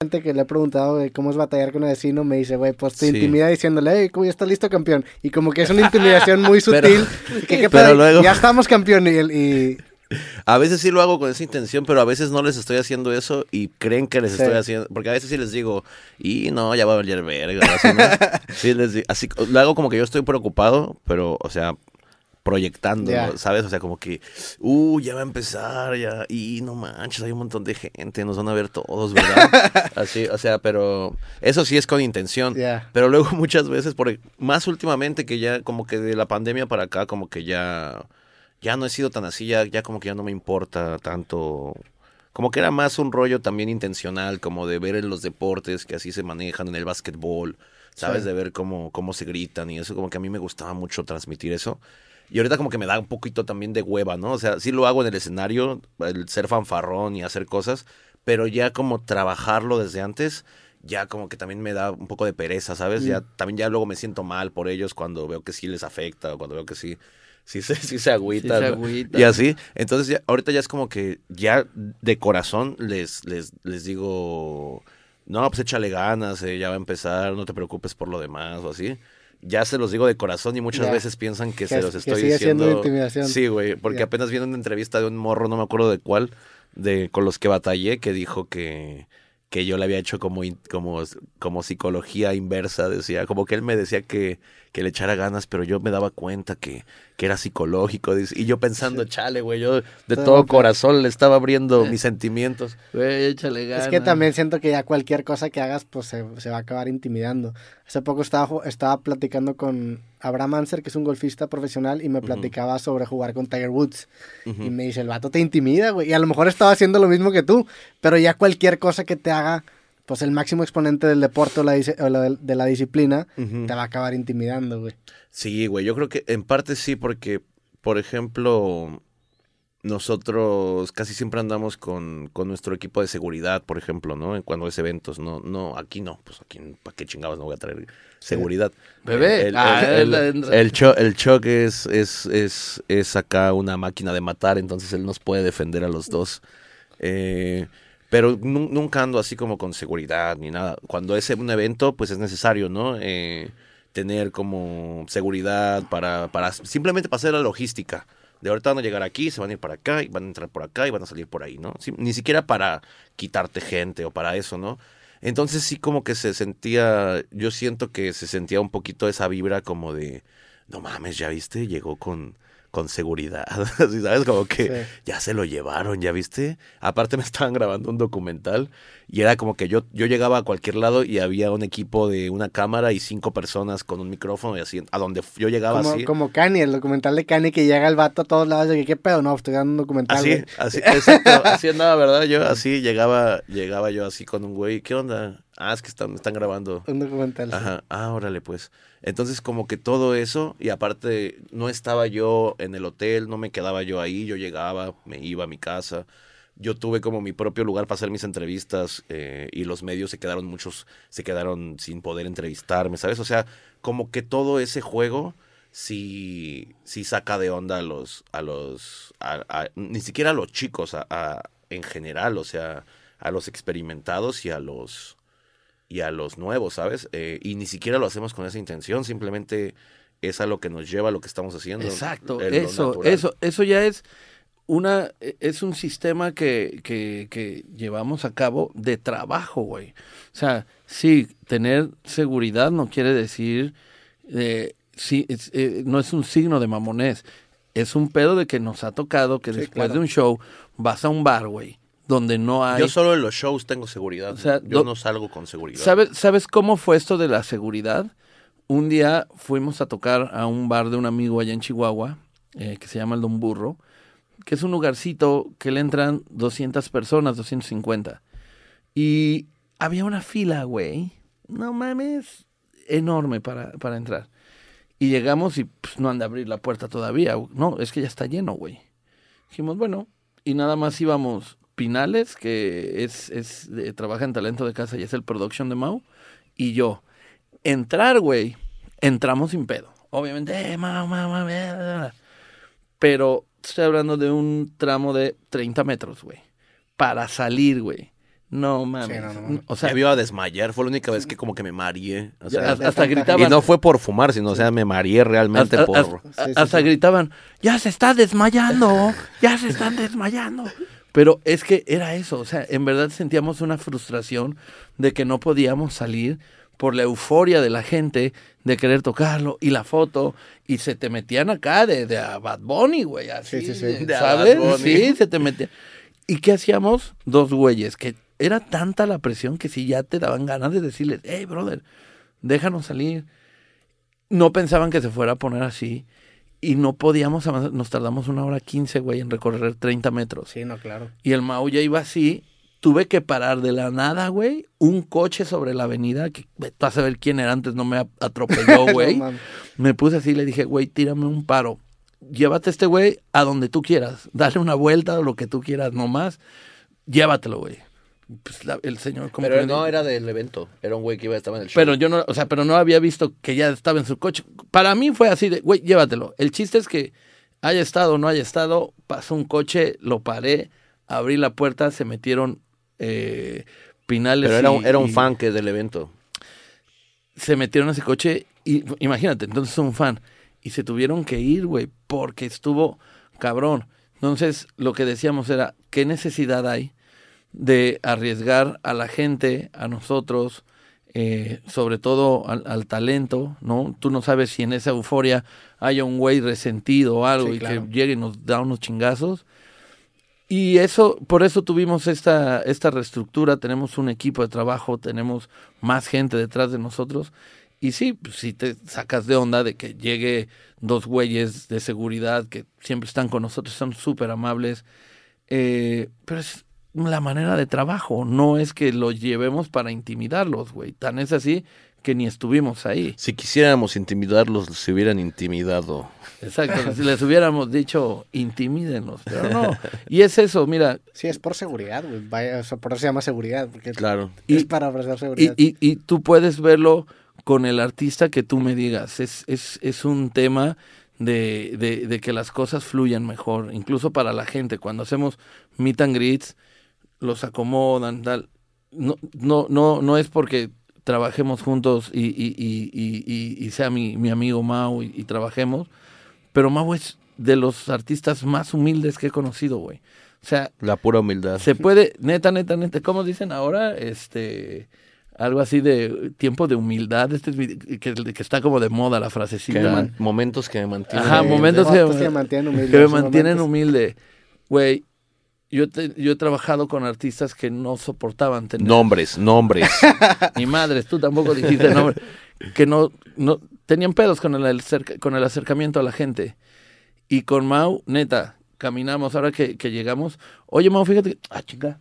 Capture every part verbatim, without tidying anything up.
gente que le he preguntado de cómo es batallar con el vecino, me dice, güey, pues te Sí. intimida diciéndole, hey, ¿cómo ya estás listo, campeón? Y como que es una intimidación muy sutil. Pero- que, ¿qué pero pedo? luego- Ya estamos, campeón. Y, el- y A veces sí lo hago con esa intención, pero a veces no les estoy haciendo eso y creen que les Sí. estoy haciendo. Porque a veces sí les digo, y no, ya va a valer verga. Así, ¿no? Sí les digo, así, lo hago como que yo estoy preocupado, pero, o sea, proyectando, Ya. ¿sabes? O sea, como que, uh, ya va a empezar, ya, y no manches, hay un montón de gente, nos van a ver todos, ¿verdad? Así, o sea, pero eso sí es con intención. Ya. Pero luego muchas veces, por, más últimamente que ya, como que de la pandemia para acá, como que ya, ya no he sido tan así, ya, ya como que ya no me importa tanto. Como que era más un rollo también intencional, como de ver en los deportes que así se manejan, en el básquetbol, ¿sabes? Sí. De ver cómo, cómo se gritan y eso, como que a mí me gustaba mucho transmitir eso. Y ahorita como que me da un poquito también de hueva, ¿no? O sea, sí lo hago en el escenario, el ser fanfarrón y hacer cosas, pero ya como trabajarlo desde antes, ya como que también me da un poco de pereza, ¿sabes? Mm. Ya también ya luego me siento mal por ellos cuando veo que sí les afecta o cuando veo que sí, sí se, sí se agüitan. Sí se ¿no? agüitan. Y así, entonces ya, ahorita ya es como que ya de corazón les, les, les digo, no, pues échale ganas, eh, ya va a empezar, no te preocupes por lo demás o así. Ya se los digo de corazón y muchas Ya. veces piensan que, Que se es- los que estoy sigue siendo diciendo. intimidación. Sí, güey, porque Ya. apenas viene una entrevista de un morro, no me acuerdo de cuál, de con los que batallé, que dijo que, que yo le había hecho como, in- como, como psicología inversa, decía, como que él me decía que, que le echara ganas, pero yo me daba cuenta que, que era psicológico, dice, y yo pensando, chale, güey, yo de Todo todo acá. corazón le estaba abriendo mis sentimientos. Güey, échale ganas. Es que también siento que ya cualquier cosa que hagas, pues se, se va a acabar intimidando. Hace poco estaba, ju- estaba platicando con Abraham Anser, que es un golfista profesional, y me platicaba sobre jugar con Tiger Woods. Ujú. Y me dice, el vato te intimida, güey. Y a lo mejor estaba haciendo lo mismo que tú, pero ya cualquier cosa que te haga, pues el máximo exponente del deporte o, la, dis- o la de, de la disciplina, Ujú. te va a acabar intimidando, güey. Sí, güey, yo creo que en parte sí, porque, por ejemplo, nosotros casi siempre andamos con, con nuestro equipo de seguridad, por ejemplo, ¿no? En cuando es eventos, no, no, aquí no, pues aquí, ¿para qué chingados no voy a traer seguridad? Bebé. El, el, Ah, el, el- el, el cho- el Choc es, es, es, es acá una máquina de matar, entonces él nos puede defender a los dos. Eh, pero nu- nunca ando así como con seguridad ni nada. Cuando es un evento, pues es necesario, ¿no? Eh, tener como seguridad para, para simplemente para hacer la logística. De ahorita van a llegar aquí, se van a ir para acá, y van a entrar por acá y van a salir por ahí, ¿no? Sí, ni siquiera para quitarte gente o para eso, ¿no? Entonces sí como que se sentía, yo siento que se sentía un poquito esa vibra como de, no mames, ya viste, llegó con, con seguridad, así, ¿sabes? Como que Sí. ya se lo llevaron, ¿ya viste? Aparte me estaban grabando un documental y era como que yo, yo llegaba a cualquier lado y había un equipo de una cámara y cinco personas con un micrófono y así, a donde yo llegaba Como, así. como Kanye, el documental de Kanye que llega el vato a todos lados de que, ¿qué pedo? No, estoy dando un documental, Así, güey. así, exacto, así andaba, ¿verdad? Yo así llegaba, llegaba yo así con un güey, ¿qué onda? Ah, es que están, están grabando. Un documental. sí. Ajá, ah, órale pues. Entonces como que todo eso, y aparte no estaba yo en el hotel, no me quedaba yo ahí, yo llegaba, me iba a mi casa. Yo tuve como mi propio lugar para hacer mis entrevistas eh, y los medios se quedaron, muchos se quedaron sin poder entrevistarme, ¿sabes? O sea, como que todo ese juego sí, sí saca de onda a los, a los, a- a- ni siquiera a los chicos, a, a- en general, o sea, a los experimentados y a los, y a los nuevos, ¿sabes? Eh, y ni siquiera lo hacemos con esa intención, simplemente es a lo que nos lleva a lo que estamos haciendo. Exacto, eh, lo eso, natural. eso, eso ya es una, es un sistema que, que, que llevamos a cabo de trabajo, güey. O sea, sí, tener seguridad no quiere decir, eh, sí, es, eh, no es un signo de mamonés. Es un pedo de que nos ha tocado que Sí, después claro. de un show vas a un bar, güey, donde no hay... Yo solo en los shows tengo seguridad. O sea, yo do- no salgo con seguridad. ¿Sabes, ¿Sabes cómo fue esto de la seguridad? Un día fuimos a tocar a un bar de un amigo allá en Chihuahua, eh, que se llama el Don Burro, que es un lugarcito que le entran doscientas personas, doscientas cincuenta. Y había una fila, güey, no mames, enorme para, para entrar. Y llegamos y pues, no han de abrir la puerta todavía. No, es que ya está lleno, güey. Dijimos, bueno, y nada más íbamos Pinales, que es, es de- trabaja en Talento de Casa y es el production de Mau, y yo. Entrar, güey, entramos sin pedo. Obviamente, eh, Mau, Mau, Mau, bla, bla, bla. Pero estoy hablando de un tramo de treinta metros, güey. Para salir, güey. No, mames. Sí, no, no, no. O sea, me iba a desmayar, fue la única vez que como que me mareé. O sea, hasta, hasta gritaban. y no fue por fumar, sino, o sea, me mareé realmente hasta, por... Hasta, Sí, sí, hasta sí. gritaban, ya se está desmayando, ya se están desmayando. Pero es que era eso, o sea, en verdad sentíamos una frustración de que no podíamos salir por la euforia de la gente de querer tocarlo y la foto, y se te metían acá de, de a Bad Bunny, güey, así, Sí, sí, sí. de- De a ¿sabes? Bad Bunny. Sí, se te metían. ¿Y qué hacíamos? Dos güeyes, que era tanta la presión que si ya te daban ganas de decirles, hey, brother, déjanos salir. No pensaban que se fuera a poner así y no podíamos avanzar. Nos tardamos una hora quince, güey, en recorrer treinta metros. Sí, no, claro. Y el Mau ya iba así. Tuve que parar de la nada, güey, un coche sobre la avenida, que tú a saber quién era antes, no me a- atropelló, güey. No, mames. Me puse así y le dije, güey, tírame un paro. Llévate a este güey a donde tú quieras. Dale una vuelta o lo que tú quieras nomás. Llévatelo, güey. Pues la- el señor... como Pero que- no era del evento, era un güey que iba a estar en el show. Pero yo no, o sea, pero no había visto que ya estaba en su coche. Para mí fue así de, güey, llévatelo. El chiste es que haya estado o no haya estado, pasó un coche, lo paré, abrí la puerta, se metieron eh, Pinales. Pero era un, y- era un y fan que del evento. Se metieron a ese coche y imagínate, entonces un fan. Y se tuvieron que ir, güey, porque estuvo cabrón. Entonces, lo que decíamos era, ¿qué necesidad hay de arriesgar a la gente, a nosotros, eh, sobre todo al, al talento, ¿no? Tú no sabes si en esa euforia haya un güey resentido o algo Sí, y claro. que llegue y nos da unos chingazos. Y eso, por eso tuvimos esta, esta reestructura, tenemos un equipo de trabajo, tenemos más gente detrás de nosotros. Y sí, pues, si te sacas de onda de que llegue dos güeyes de seguridad que siempre están con nosotros, son súper amables, eh, pero es la manera de trabajo, no es que los llevemos para intimidarlos, güey. Tan es así que ni estuvimos ahí. Si quisiéramos intimidarlos, se hubieran intimidado. Exacto, si les hubiéramos dicho, intimídenlos, pero no. Y es eso, mira, Sí, es por seguridad, güey. Vaya, o sea, por eso se llama seguridad, porque Claro. es Y- para ofrecer y, seguridad. y, y tú puedes verlo con el artista que tú me digas. Es, es, es un tema de, de, de que las cosas fluyan mejor, incluso para la gente. Cuando hacemos meet and greets, los acomodan, tal. No, no, no, no es porque trabajemos juntos y, y, y, y, y- y sea mi, mi amigo Mau y, y trabajemos, pero Mau es de los artistas más humildes que he conocido, güey. O sea, La pura humildad. se puede, neta, neta, neta, ¿cómo dicen ahora? Este, algo así de tiempo de humildad, este es mi- que, que está como de moda la Que frasecita. me man- momentos que me mantienen. Ajá, Sí, momentos fotos que- que me mantienen humilde. que me esos mantienen momentos. humilde. Güey, yo, te- yo he trabajado con artistas que no soportaban tener... Nombres, nombres. Ni madres, tú tampoco dijiste nombre. Que no, no tenían pedos con el, acerca- con el acercamiento a la gente. Y con Mau, neta, caminamos, ahora que, que llegamos, oye Mau, fíjate, que- ah, chinga,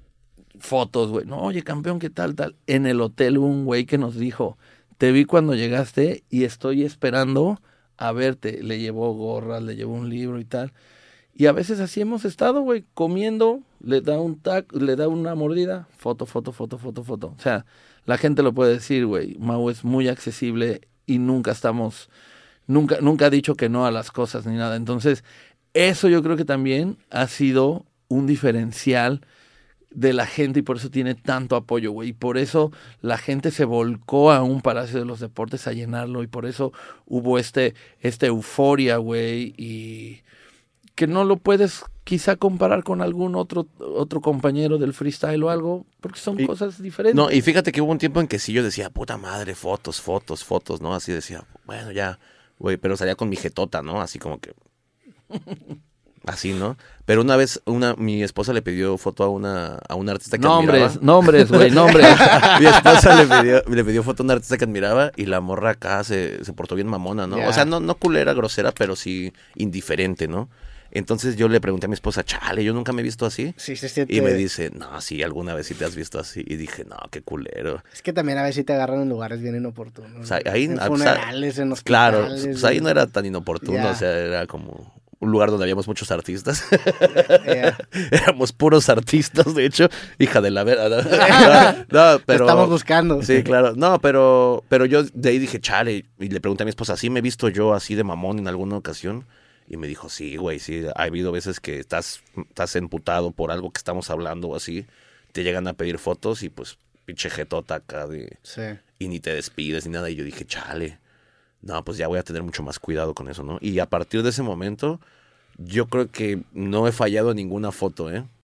fotos, güey, no, oye campeón, ¿qué tal, tal? En el hotel hubo un güey que nos dijo, te vi cuando llegaste y estoy esperando a verte. Le llevó gorras, le llevó un libro y tal. Y a veces así hemos estado, güey, comiendo, le da un tac, le da una mordida, foto, foto, foto, foto, foto. O sea, la gente lo puede decir, güey, Mau es muy accesible y nunca estamos, nunca, nunca ha dicho que no a las cosas ni nada. Entonces, eso yo creo que también ha sido un diferencial de la gente y por eso tiene tanto apoyo, güey. Y por eso la gente se volcó a un Palacio de los Deportes a llenarlo y por eso hubo este, esta euforia, güey, y que no lo puedes quizá comparar con algún otro, otro compañero del freestyle o algo, porque son Y- cosas diferentes. No, y fíjate que hubo un tiempo en que sí yo decía, puta madre, fotos, fotos, fotos, ¿no? Así decía, bueno, ya, güey, pero salía con mi jetota, ¿no? Así como que... Así, ¿no? Pero una vez una mi esposa le pidió foto a una, a una artista que Nombres, admiraba. nombres, güey, nombres. Mi esposa le pidió, le pidió foto a una artista que admiraba y la morra acá se, se portó bien mamona, ¿no? Ya. O sea, no, no culera, grosera, pero sí indiferente, ¿no? Entonces yo le pregunté a mi esposa, chale, yo nunca me he visto así. Sí, se siente... Y me dice, no, sí, alguna vez sí te has visto así. Y dije, no, qué culero. Es que también a veces te agarran en lugares bien inoportunos. O sea, ahí- en ah, pues, funerales, en Claro, hospitales. pues ahí no era tan inoportuno, Ya. o sea, era como un lugar donde habíamos muchos artistas. Ya. Éramos puros artistas, de hecho, hija de la verdad. No, no, Te pero... estamos buscando. Sí, claro. No, pero, pero yo de ahí dije, chale, y le pregunté a mi esposa, ¿sí me he visto yo así de mamón en alguna ocasión? Y me dijo, sí, güey, sí, ha habido veces que estás, estás emputado por algo que estamos hablando o así. te llegan a pedir fotos y pues pinche jetota acá de... Sí. Y ni te despides ni nada. Y yo dije, chale, no, pues ya voy a tener mucho más cuidado con eso, ¿no? Y a partir de ese momento, yo creo que no he fallado en ninguna foto, ¿eh?